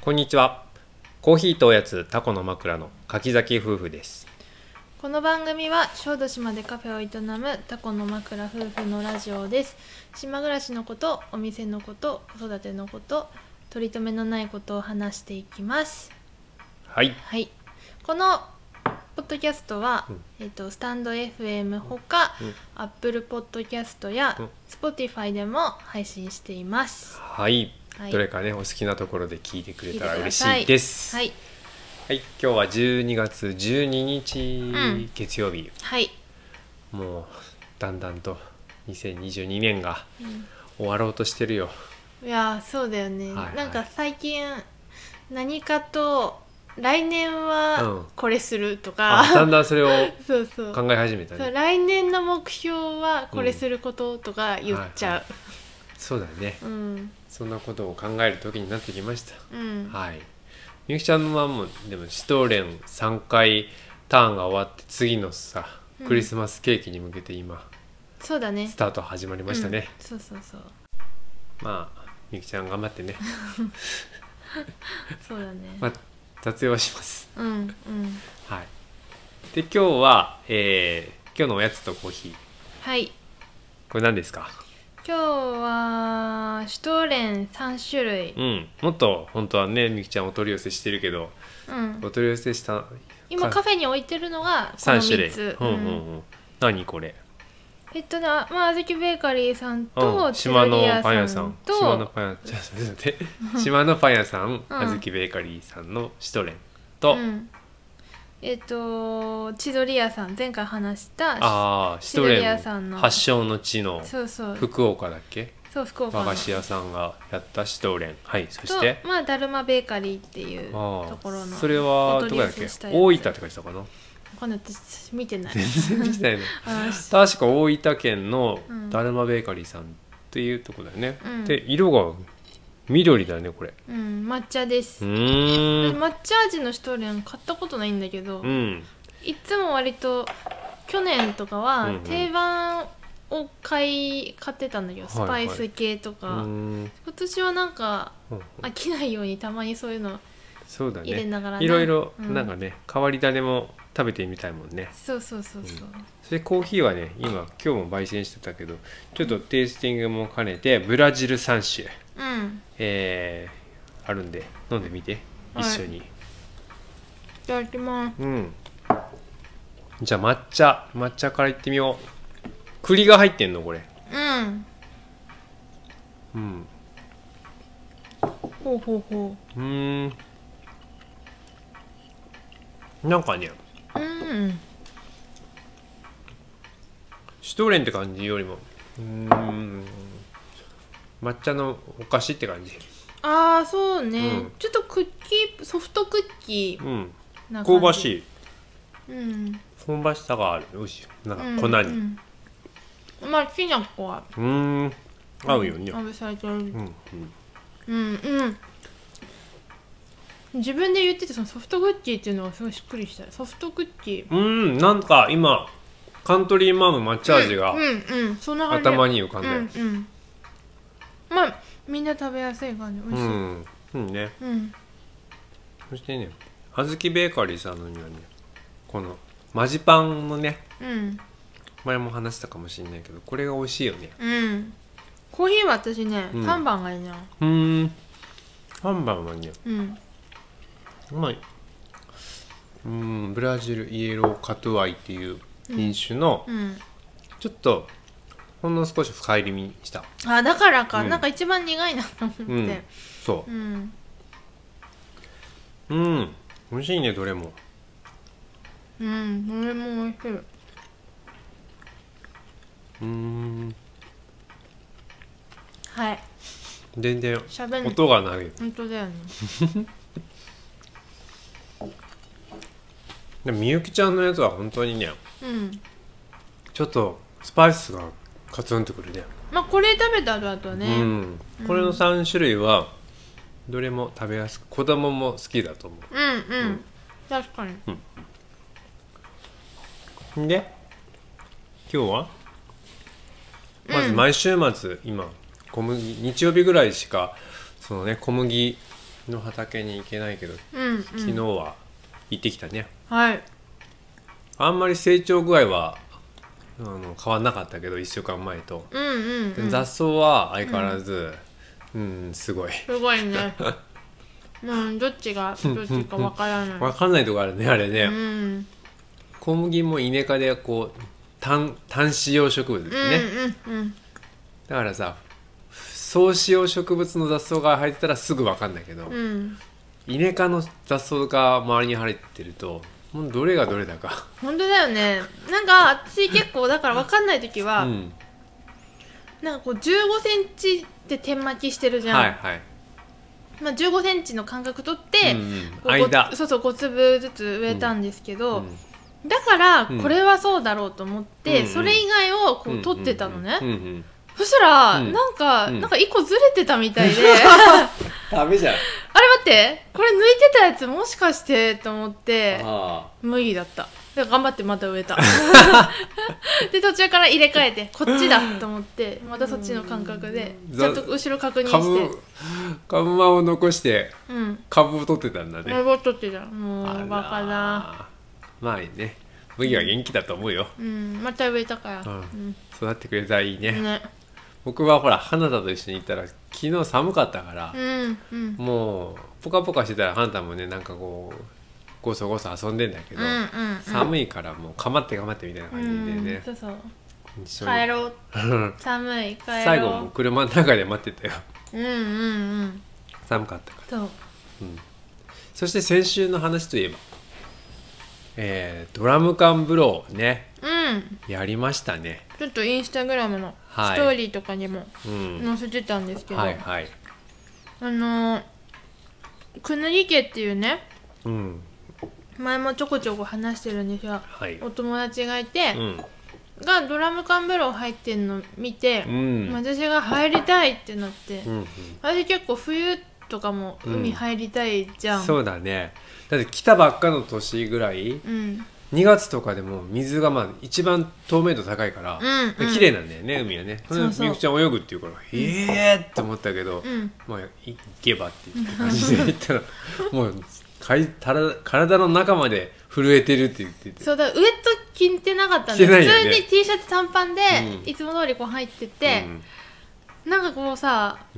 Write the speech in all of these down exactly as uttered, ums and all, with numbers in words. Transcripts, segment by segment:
こんにちは。コーヒーとおやつタコの枕の柿崎夫婦です。 この番組は小豆島でカフェを営むタコの枕夫婦のラジオです。島暮らしのこと、お店のこと、子育てのこと、取り留めのないことを話していきます。 はい、 はい、このポッドキャストは、うんえー、とスタンド エフエム ほか、うん、Apple Podcast や、うん、Spotify でも配信しています。 はい、はい、どれかねお好きなところで聞いてくれたら嬉しいです。はい、はい、今日はじゅうにがつじゅうににち、うん、月曜日。 はい。 もうだんだんとにせんにじゅうにねんが終わろうとしてるよ。 うん、いやそうだよね、はいはい。なんか最近何かと来年はこれするとか、 うん、だんだんそれを考え始めたね。 そうそうそう、来年の目標はこれすることとか言っちゃう、うんはいはい、 そうだね、うん、そんなことを考える時になってきました、 うん、 はい。みゆきちゃんはもうでもシュトーレンさんかいターンが終わって次のさクリスマスケーキに向けて今、うん、 そうだね、 スタート始まりましたね、 うん、そうそうそう。 まあみゆきちゃん頑張ってねそうだね、 まあ撮影はします。 うんうん。 はい。で今日は、えー、今日のおやつとコーヒー。 はい。 これ何ですか？ 今日はシュトーレンさんしゅるい。 うん。もっと本当はねみきちゃんお取り寄せしてるけど、うん、お取り寄せした今カフェに置いてるのがこのみっつ。さんしゅるい。 うんうんうん。何これ？ えっとね、まあ、あずきベーカリーさんと、うん、島のパン屋さんと島のパン屋さん島のパン屋さん、あずきベーカリーさんのシュトレンと、うん、 えっと千鳥屋さん、前回話したあシュトレン発祥の地の福岡だっけ？ そう福岡の和菓子屋さんがやったシュトレン、はい。そしてまあダルマベーカリーっていうところの、 それはどこだっけ？大分って書いてたかな。 私見てない全然見てないね確か大分県のだるまベーカリーさんっていうとこだよね、うん、で色が緑だねこれ、 うん、抹茶です。うーん抹茶味のシュトレン買ったことないんだけど、 うん、 いつも割と去年とかは定番を買い買ってたんだけど、スパイス系とか、はいはい、今年はなんか飽きないようにたまにそういうのそうだね、 入れながらね、いろいろなんかね、うん、変わり種も食べてみたいもんね。 そうそうそうそう、うん、 それコーヒーはね今今日も焙煎してたけどちょっとテイスティングも兼ねてブラジルさん種、 うんえー、あるんで飲んでみて一緒に、はい、 いただきます。 うん、じゃあ抹茶抹茶からいってみよう。栗が入ってんのこれ？ うんうんほうほうほう。うーんなんかね、 うん、 シュトーレンって感じよりもうーん抹茶のお菓子って感じ。 ああそうね、うん、ちょっとクッキーソフトクッキーな感じ、うん、香ばしい、 うん、 香ばしさがある。おいしい。なんか粉に、 うんうん、まあきな粉はうーん合うよね。 合うされてる。うんうんうんうん自分で言っててそのソフトクッキーっていうのがすごいしっくりした。ソフトクッキーうんなんか今カントリーマーム抹茶味が、 うんうんうん、そんな感じ頭に浮かんだよ、 うんうん、まあみんな食べやすい感じ。美味しい。 うんうんね、 うん、 そしてねあずきベーカリーさんのにはねこのマジパンのね、 うん、 前も話したかもしれないけどこれが美味しいよね。 うんコーヒーは私ね、うん、さんばんがいいな。 うーんさんばんはねうんうまい。うんブラジルイエローカトゥアイっていう品種の、 うんうん、 ちょっとほんの少し深入りにした。 あだからか、うん、なんか一番苦いなと思って、うん、 そううんうん美味しいねどれも。 うんどれも美味しい。うーんはい全然音がない。 本当だよねでもみゆきちゃんのやつは本当にね、 うん、 ちょっとスパイスがカツンとくるね。 まあこれ食べた後はね、 うん、これのさんしゅるいはどれも食べやすく子供も好きだと思う。 うんうん、うん、確かに、 うん、で今日はまず毎週末、うん、今小麦日曜日ぐらいしかそのね小麦の畑に行けないけど、 うんうん、 昨日は行ってきたね。 はい。 あんまり成長具合はあの変わんなかったけどいっしゅうかんまえと、 うんうんうん、 雑草は相変わらず、うん、うん、すごいすごいねうん、どっちがどっちかわからないわかんないとこあるねあれね、 うん、 小麦もイネ科でこう単単子葉植物ですね、 うんうんうん、 だからさ総子葉植物の雑草が生えてたらすぐわかんないけど、 うん、 イネ科の雑草が周りに生えてるともうどれがどれだか本当だよね。なんか私結構だからわかんないときは、うん、なんかこうじゅうごセンチで点巻きしてるじゃん、 はいはい、 まあ、じゅうごセンチの間隔取って、 うん、間そうそうご粒ずつ植えたんですけど、うんうん、だからこれはそうだろうと思って、うん、それ以外をこう取ってたのね、うんうんうん、そしたら、うん、なんか、うん、なんか一個ずれてたみたいでダメじゃん。 あれ待ってこれ抜いてたやつもしかしてと思って麦だった。で頑張ってまた植えたで途中から入れ替えてこっちだと思ってまたそっちの感覚でちゃんと後ろ確認して株間を残して株を取ってたんだね。 株を取ってた。もうバカだ。 まあね麦は元気だと思うよ、 うん、また植えたから、うんうん、育ってくれたらいいね。 ね、 僕はほら花田と一緒に行ったら昨日寒かったから、 うんうん、 もうポカポカしてたら花田もねなんかこうゴソゴソ遊んでんだけど、 うんうんうん、 寒いからもうかまってかまってみたいな感じでね、 うん、そうそう帰ろう寒い帰ろう最後も車の中で待ってたようんうんうん寒かったから。 そう、 うん、そして先週の話といえば、えー、ドラム缶風呂ね、 うん、 やりましたね。 ちょっとインスタグラムのストーリーとかにも載せてたんですけど、 はいはい、 あのー、くぬぎ家っていうね、 うん、 前もちょこちょこ話してるんですよ、 はい、 お友達がいて、 うん、 がドラム缶風呂入ってんの見て、うん、私が入りたいってなって、うんうん、私結構冬とかも海入りたいじゃん、 うん、そうだね。だって来たばっかの年ぐらい、うん、にがつとかでも水がまあ一番透明度高いから、うんうん、綺麗なんだよね海はね。それでみゆきちゃん泳ぐっていうから、うん、えーって思ったけど、うん、まあ行けばっていう感じで言ったらもう体の中まで震えてるって言ってて、 そうだウエット着てなかったんで、ね、普通に T シャツ短パンで、うん、いつも通りこう入ってて、うん、なんかこうさ、うん、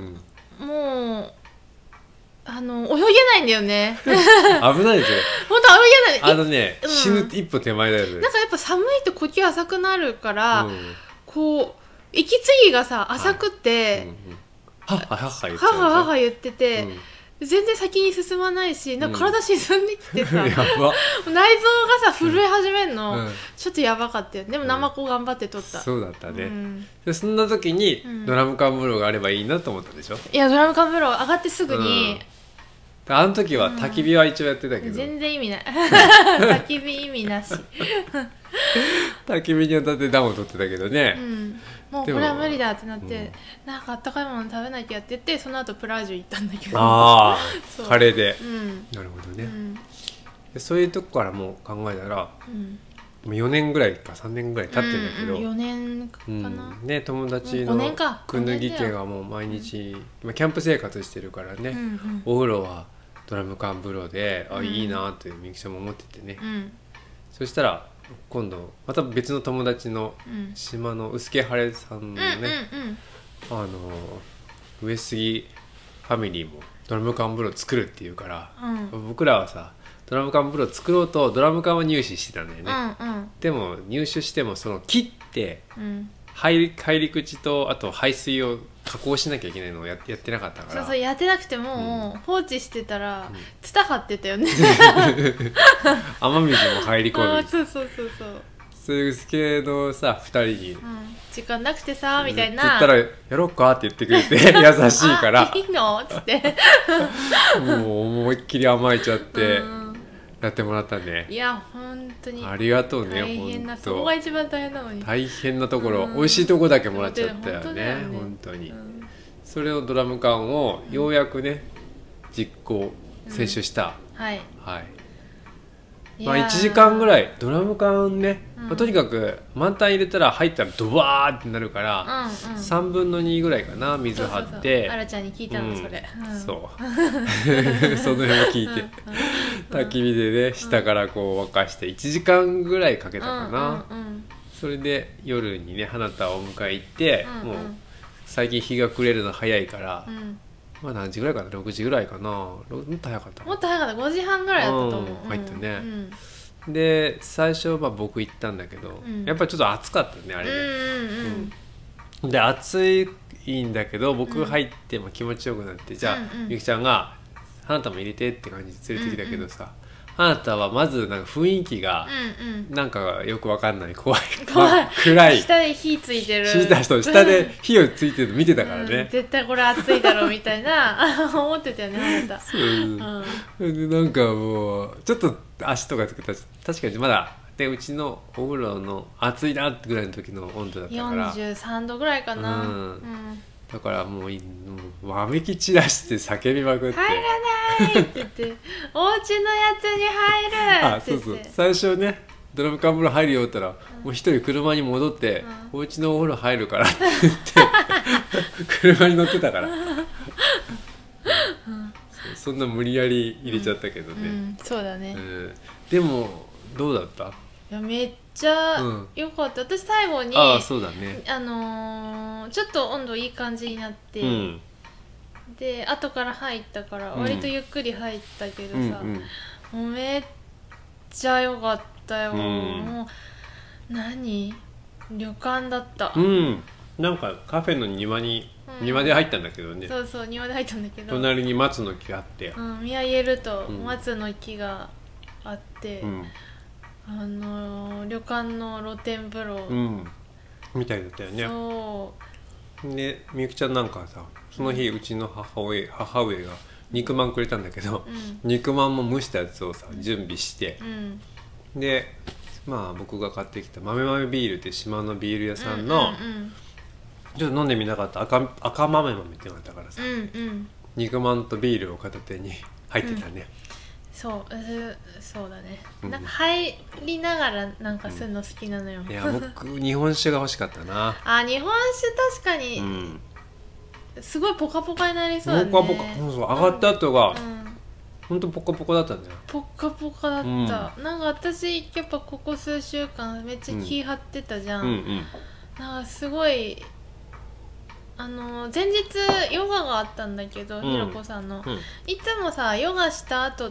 もうあの泳げないんだよね危ないですよ本当泳げない。 あのね、うん、死ぬ一歩手前だよね。 なんかやっぱ寒いと呼吸浅くなるから、うん、こう息継ぎがさ浅くて、はいうんうん、 はっはっは言っちゃう、 ははは言ってて、うん、全然先に進まないしなんか体沈んできてさ、うん、やば内臓がさ震え始めるの、うん、ちょっとやばかったよ。でもナマコ頑張って取った、 うん、そうだったね、うん、でそんな時にドラム缶風呂があればいいなと思ったでしょ。 いやドラム缶風呂上がってすぐに、 うん、あの時は焚き火は一応やってたけど、うん、 全然意味ない焚き火意味なし焚き火に当たって暖を取ってたけどね、 うん、もうこれは無理だってなって、うん、なんかあったかいもの食べなきゃって言ってその後プラージュ行ったんだけどああカレーで、 うん、 なるほどね、うん、でそういうとこからもう考えたら、うん、よねんぐらいかさんねんぐらい経ってるんだけど、うんうん、 よねんかな、 うん、ね友達のくぬぎ家がもう毎日、うん、キャンプ生活してるからね、うんうん、お風呂はドラム缶風呂で、うん、あいいなってみゆきちゃんも思っててね、うん、そしたら今度また別の友達の島の薄毛晴れさんのね、うんうんうん、あの上杉ファミリーもドラム缶風呂作るっていうから、うん、僕らはさドラム缶風呂作ろうとドラム缶は入手してたんだよね、うんうん、でも入手してもその切って、うん、入り、入り口とあと排水を加工しなきゃいけないのを や, やってなかったから。 そうそうやってなくても、うん、放置してたらツタ張ってたよね雨水も入り込む。 そうそうそうそうそういう薄毛のさふたりに、うん、 時間なくてさみたいなって言ったらやろうかって言ってくれて優しいからいいのっつってもう思いっきり甘えちゃって、うんやってもらったね。 いや本当にありがとうね。 大変なそこが一番大変なのに大変なところ、うん、美味しいとこだけもらっちゃったよね。本当だよね本当に、うん、それをドラム缶をようやくね実行接種した、 うん、はい、 はい、 まあ、いちじかんぐらいドラム缶ね、うんまあ、とにかく満タン入れたら入ったらドワーってなるから、うんうん、さんぶんのにぐらいかな水張ってあらちゃんに聞いたの、うん、それ、うん、 そうその辺を聞いて焚き火でね下からこう沸かしていちじかんぐらいかけたかな、うんうんうん、それで夜にね花田をお迎え行って、うんうん、もう最近日が暮れるの早いから、うんまあ何時ぐらいかなろくじぐらいかなもっと早かったもっと早かったごじはんぐらいだったと思う、 うん、入ってね、うん、で最初は僕行ったんだけど、うん、やっぱりちょっと暑かったねあれで、うんうんうん、で暑いんだけど僕入っても気持ちよくなって、うん、じゃあ、うんうん、ゆきちゃんが花束も入れてって感じで連れてきたけどさ、うんうん花田はまずなんか雰囲気がなんかよくわかんない怖い怖い暗い下で火ついてる下で火をついてるの見てたからね、 うん、絶対これ熱いだろうみたいな思ってたよね花田そう、 うん、でなんかもうちょっと足とかつけたら確かにまだでうちのお風呂の暑いなってぐらいの時の温度だったからよんじゅうさんどぐらいかな、うんうんだからもうわめき散らして叫びまくって入らないって言ってお家のやつに入るって言ってあそうそう最初ねドラム缶風呂入るよって言ったら、うん、もう一人車に戻って、うん、お家のお風呂入るからって言って車に乗ってたから、うん、そ, そんな無理やり入れちゃったけどね、うんうん、 そうだね、うん、 でもどうだったいやめっちゃ良かった、うん、私最後にあそうだね、 あのー、ちょっと温度いい感じになって、うん、で後から入ったから割とゆっくり入ったけどさ、うんうん、もうめっちゃ良かったよ、うん、もう何旅館だった、 うん、なんかカフェの庭に、うん、庭で入ったんだけどねそうそう庭で入ったんだけど隣に松の木があって、 うん、見上げると松の木があって、うんあのー、旅館の露天風呂、うん、 みたいだったよねそうでみゆきちゃんなんかさその日、うん、うちの母親母上が肉まんくれたんだけど、うん、肉まんも蒸したやつをさ準備して、うん、でまあ僕が買ってきた豆豆ビールって島のビール屋さんの、うんうんうん、ちょっと飲んでみなかった 赤, 赤豆豆ってのがあったからさ、うんうん、肉まんとビールを片手に入ってたね、うんそう、そうだね、うん、なんか入りながらなんかするの好きなのよ、うん、 いや僕日本酒が欲しかったなあ日本酒確かに、うん、すごいポカポカになりそうだねポカポカそうそう上がった後が、うん、ほんとポカポカだったんだよポカポカだった、うん、なんか私やっぱここ数週間めっちゃ気張ってたじゃん、うんうんうん、なんかすごいあの前日ヨガがあったんだけど、うん、ひろこさんの、うん、いつもさヨガした後って、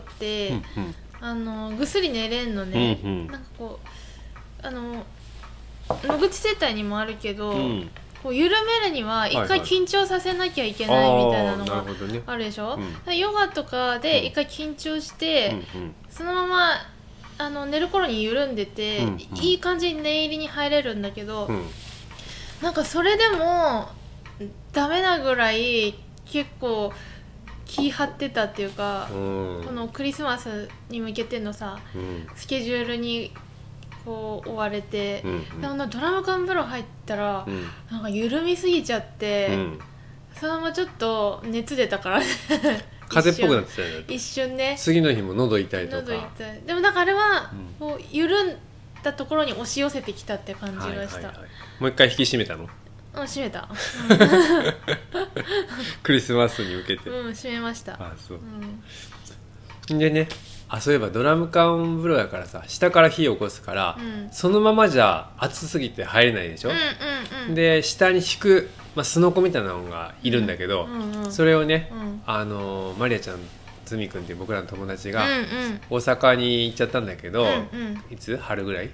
うんうん、あのぐっすり寝れんのね、うんうん、なんかこうあの野口整体にもあるけど、うん、こう緩めるには一回緊張させなきゃいけないみたいなのがあるでしょ、うん、ヨガとかで一回緊張して、うんうん、そのままあの寝る頃に緩んでて、うんうん、いい感じに寝入りに入れるんだけど、うん、なんかそれでもダメなぐらい結構気張ってたっていうか、うん、このクリスマスに向けてのさ、うん、スケジュールにこう追われて、うんうん、でもドラム缶風呂入ったら、うん、なんか緩みすぎちゃって、うん、そのままちょっと熱出たから風邪っぽくなってたよね一瞬ね次の日も喉痛いとか喉痛いでもなんかあれは、うん、こう緩んだところに押し寄せてきたって感じがした、はいはいはい、 もう一回引き締めたのうん閉めたクリスマスに向けてうん閉めましたあそう、うん、でねあそういえばドラム缶風呂やからさ下から火を起こすから、うん、そのままじゃ熱すぎて入れないでしょ、うんうんうん、で下に引く、まあ、すのこみたいなのがいるんだけど、うんうんうん、それをね、うん、あのマリアちゃんズミ君っていう僕らの友達が大阪に行っちゃったんだけど、うんうん、いつ春ぐらい、うん、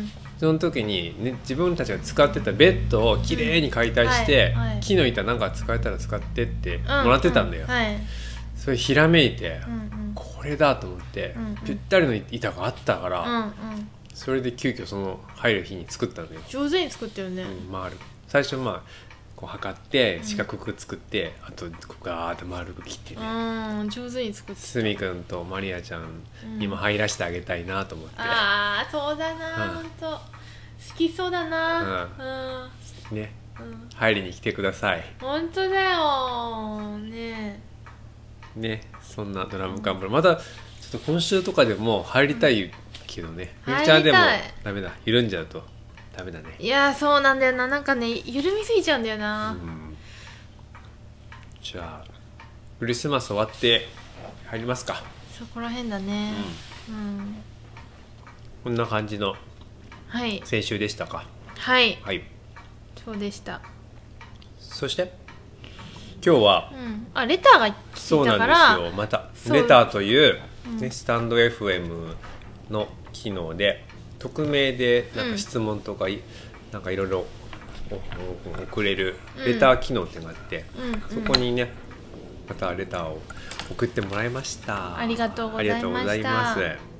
その時に、ね、自分たちが使ってたベッドをきれいに解体して、うんはいはい、木の板なんか使えたら使ってってもらってたんだよ、うんうんはい、それひらめいて、うんうん、これだと思って、うんうん、ぴったりの板があったから、うんうん、それで急遽その入る日に作ったんだよ上手に作ったよね、 うん、回る最初まあこう測って四角く作って、うん、あとこうガーッと丸く切ってねうん上手に作ってすみくんとマリアちゃんにも入らせてあげたいなと思って、うん、 ああそうだな、うん、ほんと好きそうだな、 うんうん、ね、うん、入りに来てくださいほんとだよねねそんなドラム缶風呂、うん、またちょっと今週とかでも入りたい気けどね。みゆきちゃんでもダメだ、緩んじゃうとダメだね。 いやそうなんだよな、なんかね緩みすぎちゃうんだよな、うん、 じゃあクリスマス終わって入りますか。 そこら辺だね、うんうん、 こんな感じの先週でしたか。 はい、 はい、 そうでした。 そして今日は、 うん、あレターが来たから、 そうなんですよ、またレターという、ね、うん、スタンド エフエム の機能で匿名でなんか質問とか、うん、なんかいろいろ送れるレター機能っていうのがあって、うん、そこにねまたレターを送ってもらいました。 ありがとうございました。ありがとうございます。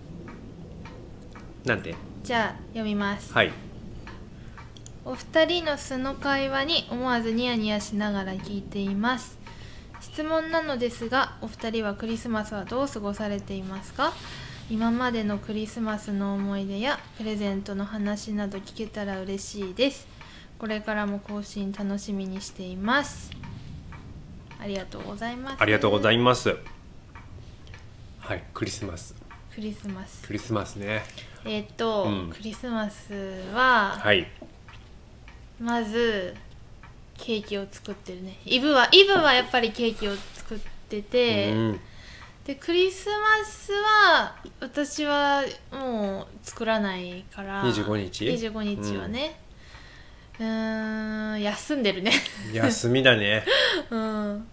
なんでじゃあ読みます。 はい。 お二人の素の会話に思わずニヤニヤしながら聞いています。質問なのですが、お二人はクリスマスはどう過ごされていますか？今までのクリスマスの思い出やプレゼントの話など聞けたら嬉しいです。これからも更新楽しみにしています。ありがとうございます。 ありがとうございます。はい、クリスマス。 クリスマス。 クリスマスね。 えー、っと、うん、クリスマスは、 はい、 まずケーキを作ってるね。イブはイブはやっぱりケーキを作ってて、うん、でクリスマスは私はもう作らないからにじゅうごにちにじゅうごにちはね、うん、うーん休んでるね休みだねうん、 うん、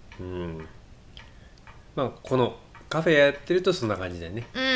まあこのカフェやってるとそんな感じだよね。 うんうんうん、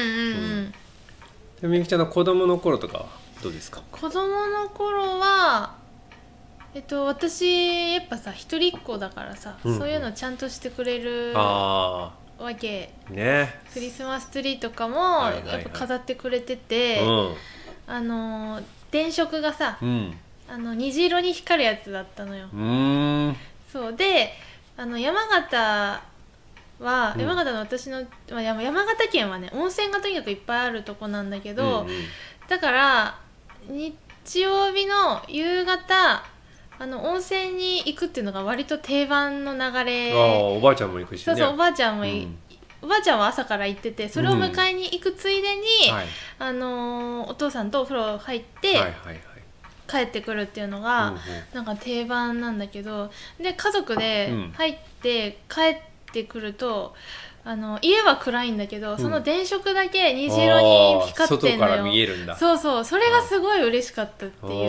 うん、みゆきちゃんの子供の頃とかはどうですか？ 子供の頃はえっと私やっぱさ一人っ子だからさ、うんうん、そういうのちゃんとしてくれるわけね。 クリスマスツリーとかもやっぱ飾ってくれてて、はいはいはい、あの電飾がさ、うん、あの虹色に光るやつだったのよ。 うーん、 そうであの山形は、うん、山形の私の、まあ、山形県はね温泉がとにかくいっぱいあるとこなんだけど、うんうん、だから日曜日の夕方あの温泉に行くっていうのが割と定番の流れ。 ああ、おばあちゃんも行くしね。 そうそう、おばあちゃんも、うん、おばあちゃんは朝から行ってて、それを迎えに行くついでに、うん、はい、あのー、お父さんとお風呂入って、はいはいはい、帰ってくるっていうのが、うんうん、なんか定番なんだけど、で家族で入って帰ってくると、あの家は暗いんだけど、うん、その電飾だけ虹色に光ってんのよ。 外から見えるんだ。 そうそう、それがすごい嬉しかったっていう。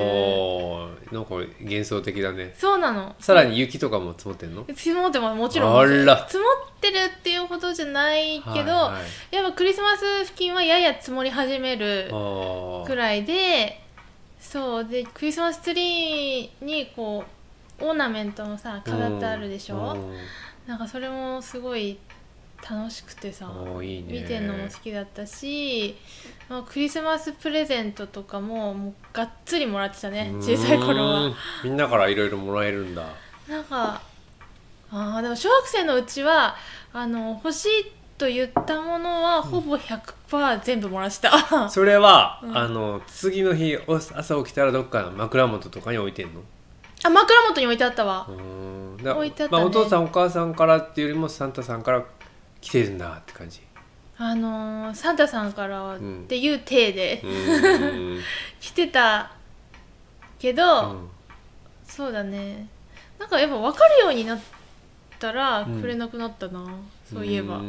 なんか幻想的だね。 そうなの。 さらに雪とかも積もってんの？ 積もってももちろんあら積もってるっていうほどじゃないけど、はいはい、やっぱクリスマス付近はやや積もり始めるくらいで、そうでクリスマスツリーにこうオーナメントもさ飾ってあるでしょ。なんかそれもすごい楽しくてさ、いいね、見てるのも好きだったし、まあ、クリスマスプレゼントとかも、もうがっつりもらってたね、小さい頃は。 みんなからいろいろもらえるんだ。 なんかあでも小学生のうちはあの欲しいと言ったものはほぼ ひゃくパーセント 全部もらってたそれは、うん、あの次の日朝起きたらどっか枕元とかに置いてんの？ あ、枕元に置いてあったわ。 うんだ、置いてあったね。まあ、お父さんお母さんからっていうよりもサンタさんから来てるんだって感じ。 あのー、サンタさんからっていう体で、うん、来てたけど、うん、そうだね、なんかやっぱ分かるようになったらくれなくなったな、うん、そういえば。うん、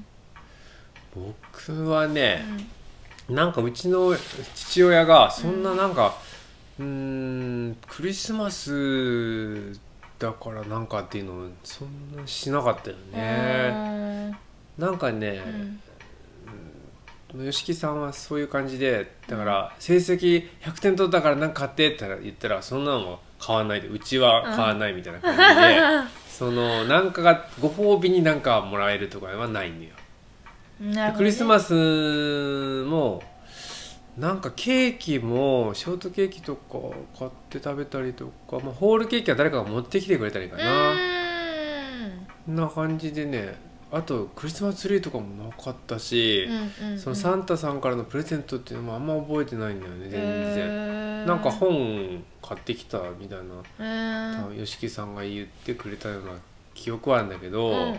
僕はね、うん、なんかうちの父親がそんななんか、うん、うーんクリスマスだからなんかっていうのをそんなしなかったよね。なんかね、うん、吉木さんはそういう感じで、だから成績ひゃくてん取ったから何か買ってって言ったらそんなのも買わないで、うちは買わないみたいな感じで、うん、そのなんかがご褒美になんかもらえるとかはないんだよ。なるほどね。クリスマスもなんかケーキもショートケーキとか買って食べたりとか、まあ、ホールケーキは誰かが持ってきてくれたりかな、こんな感じでね。あとクリスマスツリーとかもなかったし、うんうんうん、そのサンタさんからのプレゼントっていうのもあんま覚えてないんだよね全然、えー、なんか本買ってきたみたいな、えー、吉木さんが言ってくれたような記憶はあるんだけど、うんうん、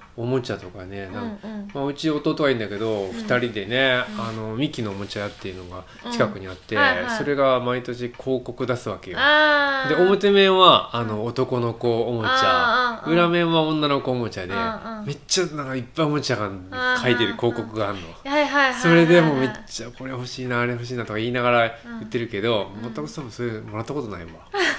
おもちゃとかねなんか、うんうんまあ、うち弟はいいんだけど、うん、ふたりでね、うん、あのミキのおもちゃ屋っていうのが近くにあって、うんはいはい、それが毎年広告出すわけよ。で表面はあの男の子おもちゃ、裏面は女の子おもちゃでめっちゃなんかいっぱいおもちゃが書いてる広告があるの。それでもめっちゃこれ欲しいなあれ欲しいなとか言いながら言ってるけど、うん、全くそうそれもらったことないわ。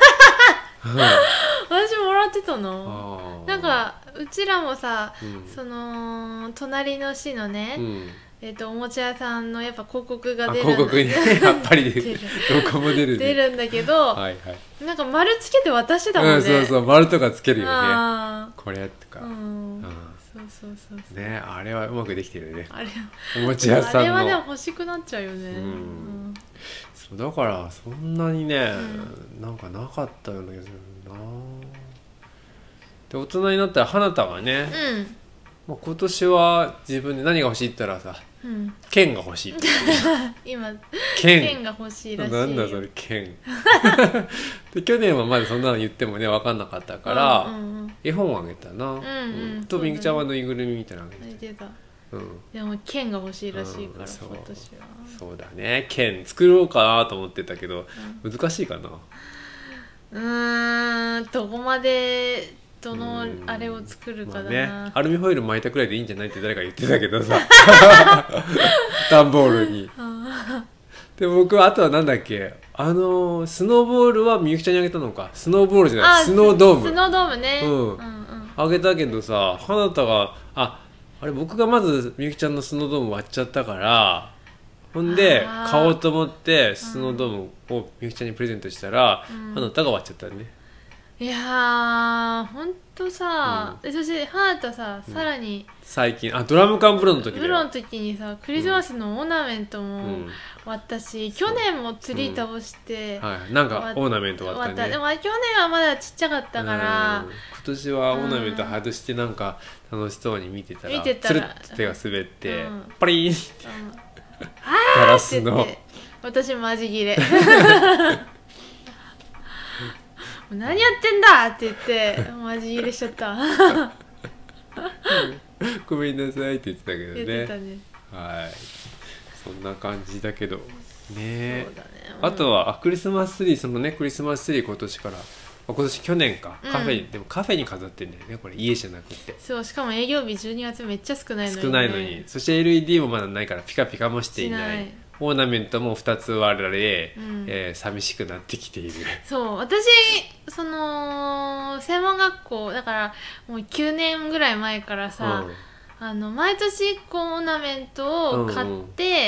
私もらってたの。なんかうちらもさ、うん、その隣の市のね、うん、えー、とおもちゃ屋さんのやっぱ広告が出るんだ。 広告にやっぱり出るどこも出る、ね、 出るんだけどはい、はい、なんか丸つけて私だもんね、うん、 そうそう丸とかつけるよねこれとか、うんうん、そうそうそうそうねあれはうまくできてるねあれおもちゃ屋さんのあれはでも欲しくなっちゃうよね、うんうんだからそんなにね、うん、なんかなかったような気がするな。で大人になったら花田がね、うんまあ、今年は自分で何が欲しいって言ったらさ、うん、剣が欲しいって今剣剣が欲しいらしい。 なんだそれ剣で去年はまだそんなの言ってもね分かんなかったから、うんうんうん、絵本をあげたな、うんうんうん、とみきちゃんはぬいぐるみみたいなのあげてた。 うん、でも剣が欲しいらしいから、うん、 そう今年はそうだね剣作ろうかなと思ってたけど、うん、難しいかな。 うーんどこまでどのあれを作るかだな、まあね、 アルミホイル巻いたくらいでいいんじゃないって誰か言ってたけどさ段ボールにで僕はあとはなんだっけあのスノーボールはみゆきちゃんにあげたのかスノーボールじゃないスノードームスノードームね、うんうんうん、あげたけどさ花田がああれ僕がまずみゆきちゃんのスノードーム割っちゃったからほんで買おうと思ってスノードームをみゆきちゃんにプレゼントしたら、うん、花田が割っちゃったね。 いやーほんとさ、うん、そして花田さ、うん、さらに最近あドラム缶風呂の時風呂の時にさクリスマスのオーナメントも割ったし、うん、去年もツリー倒して、 うんはい、なんかオーナメント割ったね割った。 でも去年はまだちっちゃかったから、 今年はオーナメント外してなんか楽しそうに見てたら見てたらつるっと手が滑って、うん、パリーン、うん、ガラスの私マジギレ何やってんだって言ってマジ入れしちゃったごめんなさいって言ってたけどね。 言ってたね。 はいそんな感じだけどね。 そうだね、 うん、あとはあクリスマスツリーそのねクリスマスツリー今年から今年去年かカフェに、うん、でもカフェに飾ってんだよねこれ家じゃなくて。 そうしかも営業日じゅうにがつめっちゃ少ないのに、ね、 少ないのにそして エルイーディー もまだないからピカピカもしていない。オーナメントもふたつ割られ、うんえー、寂しくなってきている。 そう私その専門学校だからもうきゅうねんぐらい前からさ、うん、あの毎年こうオーナメントを買って、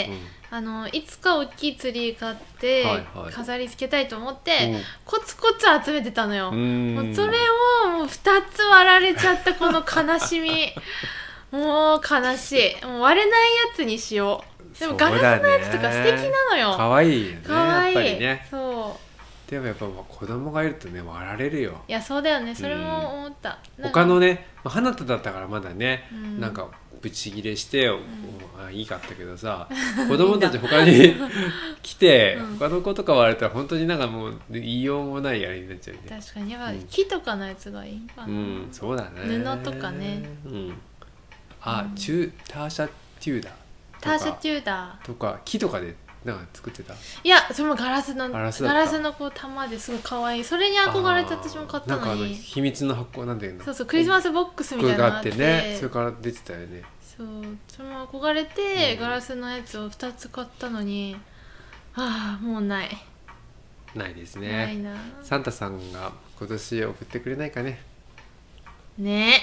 うんうんうん、あのいつか大きいツリー買って、はいはい、飾り付けたいと思って、うん、コツコツ集めてたのよ。もうそれをもうふたつ割られちゃったこの悲しみもう悲しい。もう割れないやつにしよう。でもガラスのやつとか素敵なのよ。 かわいいよね。 かわいいやっぱりね。 そう。 でもやっぱ子供がいるとね割られるよ。 いやそうだよね。それも思った。 うん、他のね、まあ、花田だったからまだね、うん、なんかブチギレして、うん、あいいかったけどさ、子供たち他に来て、うん、他の子とか割れたら本当になんかもう言いようもないやりになっちゃうね。 確かにやっぱ木とかのやつがいいかな。 うん、そうだね。 布とかね。 うん。あ、うん、チュターシャテューダー。 ターシャテューダーとか木とかでなんか作ってた。 いやそれもガラスのガラスガラスのこう玉ですごい可愛い。それに憧れて私も買ったのに。 なんかあの秘密の箱なんていうの。 そうそうクリスマスボックスみたいなのがあってね。 それから出てたよね。 そうそれも憧れて、うん、ガラスのやつをふたつ買ったのにああもうないないですね。 ないな。 サンタさんが今年送ってくれないかね。 ね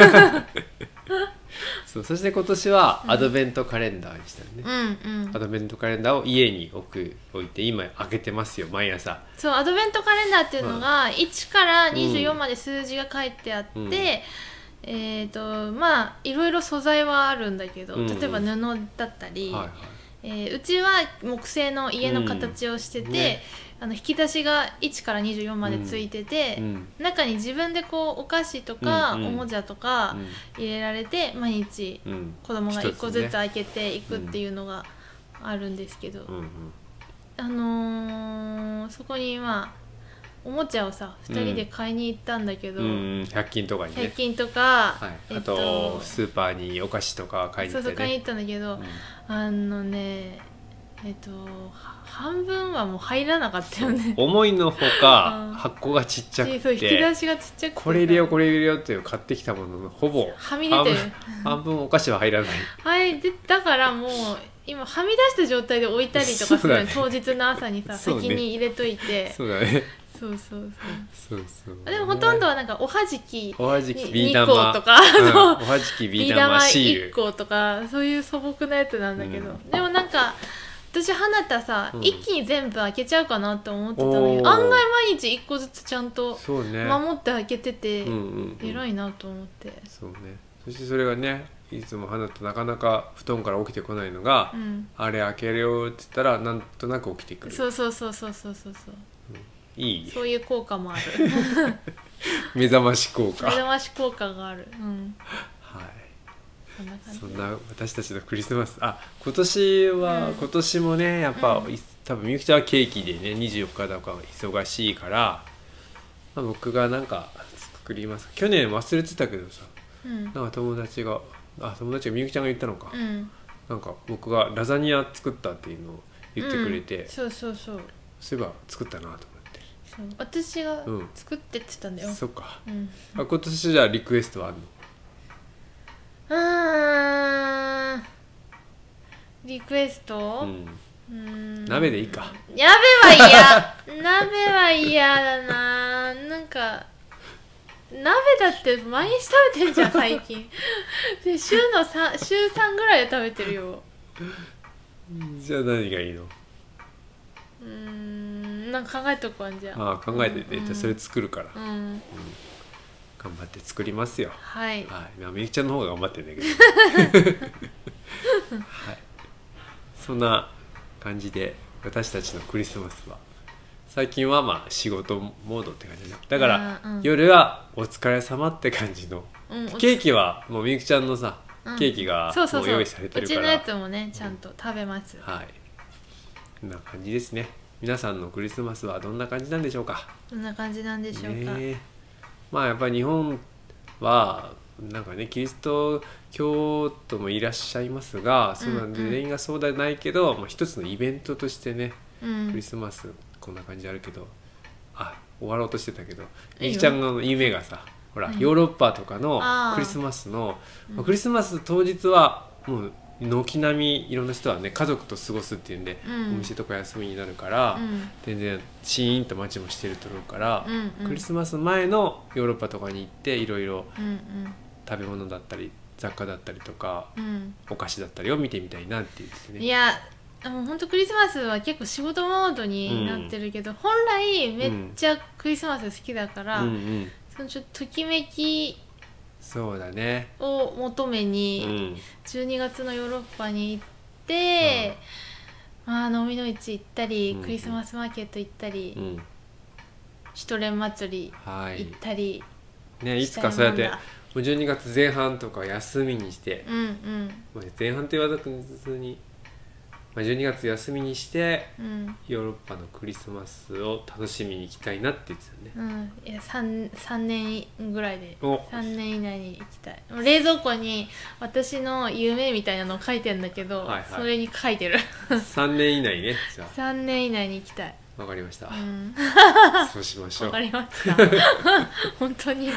そうそして今年はアドベントカレンダーにしたよね、 うんうん、 アドベントカレンダーを家に置く置いて今開けてますよ毎朝。 そうアドベントカレンダーっていうのが、うん、いちからにじゅうよんまで数字が書いてあって、うん、えーとまあいろいろ素材はあるんだけど、うんうん、例えば布だったり、はいはいえー、うちは木製の家の形をしてて、うんね、あの引き出しがいちからにじゅうよんまでついてて、うん、中に自分でこうお菓子とか、うんうん、おもちゃとか入れられて、うん、毎日子供がいっこずつ開けていくっていうのがあるんですけど、うんうん、あのー、そこにまあおもちゃをさふたりで買いに行ったんだけど、 うん、ひゃく均とかにね、 ひゃく均とか、 はい、 えっと、あとスーパーにお菓子とか買いに行ってね、 そうそう買いに行ったんだけど、うん、あのねえっと半分はもう入らなかったよね。 思いのほか箱がちっちゃくて、 そう引き出しがちっちゃくて、 これ入れようこれ入れようっていう買ってきたもののほぼはみ出てる半分お菓子は入らない。 はいでだからもう今はみ出した状態で置いたりとかする、ね、当日の朝にさ、ね、先に入れといて、 そうだね、 そうそうそうそう、 でもほとんどはなんかおはじきおはじきビー玉玉とか、 うん、おはじきビー玉シールいっことかそういう素朴なやつなんだけど、うん、でもなんか私花田さ、うん、一気に全部開けちゃうかなって思ってたのに、案外毎日いっこずつちゃんと守って開けてて、ね、うんうんうん、偉いなと思って。 そうね、そしてそれがねいつも花となかなか布団から起きてこないのが、うん、あれ開けるよって言ったらなんとなく起きてくる。 そうそうそうそうそうそう、 うん、いい、 そういう効果もある目覚まし効果目覚まし効果がある、うん、 はい、そんな感じ。そんな私たちのクリスマス、あ今年は、うん、今年もねやっぱ、うん、多分みゆきちゃんはケーキでねにじゅうよっかとか忙しいから、まあ、僕がなんか作ります。去年忘れてたけどさ、うん、なんか友達があ友達がみゆきちゃんが言ったのか、うん、なんか僕がラザニア作ったっていうのを言ってくれて、 うん、そうそうそう、 そういえば作ったなと思って、 そう私が作ってって言ったんだよ、 うん、そっか、 うん、 あ今年じゃあリクエストはあるの？うーんリクエスト、うん、 うーん鍋でいいか。 鍋は嫌鍋は嫌だな。なんか鍋だって毎日食べてんじゃん最近で週のさん週さんぐらいで食べてるよ。 じゃあ何がいいの？ うーんなんか考えとこんじゃああ考えてね、うん、じゃあそれ作るから、 うんうん、 頑張って作りますよ。 はい、 はい、みゆきちゃんの方が頑張ってんだけどはい、そんな感じで私たちのクリスマスは最近はまあ仕事モードって感じだだから、うん、夜はお疲れ様って感じの、うん、ケーキはもうみゆきちゃんのさ、うん、ケーキがもう用意されてるから、 うちのやつもねちゃんと食べます、 うん、はいこんな感じですね。皆さんのクリスマスはどんな感じなんでしょうか。 どんな感じなんでしょうか、ね、 まあやっぱり日本はなんかねキリスト教徒もいらっしゃいますが、そうなんで全員がそうではないけど、まあ、一つのイベントとしてね、うん、クリスマスこんな感じあるけど、あ終わろうとしてたけどみゆきちゃんの夢がさほら、うん、ヨーロッパとかのクリスマスの、まあ、クリスマス当日はもう軒並みいろんな人はね家族と過ごすっていうんで、うん、お店とか休みになるから、うん、全然シーンと街もしてると思うから、うんうん、クリスマス前のヨーロッパとかに行っていろいろ食べ物だったり雑貨だったりとか、うん、お菓子だったりを見てみたいなって言ってね。 いやもう本当クリスマスは結構仕事モードになってるけど、うん、本来めっちゃクリスマス好きだから、うんうん、そのちょっとときめきそうだねを求めにじゅうにがつのヨーロッパに行って、うん、まあ飲みの市行ったり、うん、クリスマスマーケット行ったり、うん、シュトレン祭り行ったり、 はいね、いつかそうやってじゅうにがつぜん半とか休みにして、うんうんまあ、前半って言わずにまあ、じゅうにがつ休みにして、うん、ヨーロッパのクリスマスを楽しみに行きたいなって言ってたね、うん、いや 3, 3年ぐらいでさんねん以内に行きたい。冷蔵庫に私の夢みたいなのを書いてんだけど、はいはい、それに書いてるさんねん以内ね。じゃあさんねん以内に行きたい。 わかりました、うん、そうしましょう。 わかりました本当に、はい、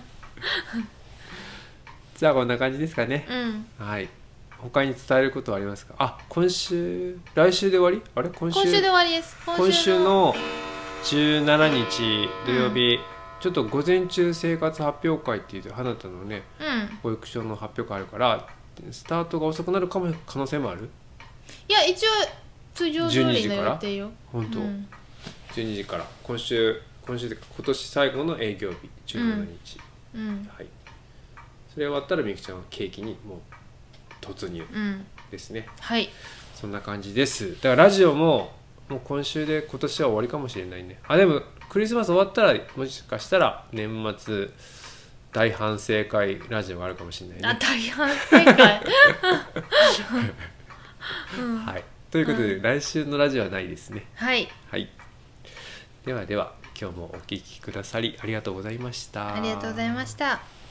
じゃあこんな感じですかね、 うん、 はい。他に伝えることはありますか。あ、今週来週で終わり？あれ今週？ 今週で終わりです。 今週 の, 今週のじゅうしちにち土曜日、うん、ちょっと午前中生活発表会っていう花田のね、うん、保育所の発表会あるからスタートが遅くなるかも可能性もある。 いや一応通常通りの予定よ。 本当、うん、じゅうにじから今週今週で今年最後の営業日じゅうしちにち、うんうん、はい。それ終わったらみゆきちゃんはケーキにもう突入ですね、 うん、はいそんな感じです。だからラジオももう今週で今年は終わりかもしれないね。あでもクリスマス終わったらもしかしたら年末大反省会ラジオがあるかもしれないね。 あ大反省会、 うん、はいということで、うん、来週のラジオはないですね。 はい、 はい、ではでは今日もお聞きくださりありがとうございました。 ありがとうございました。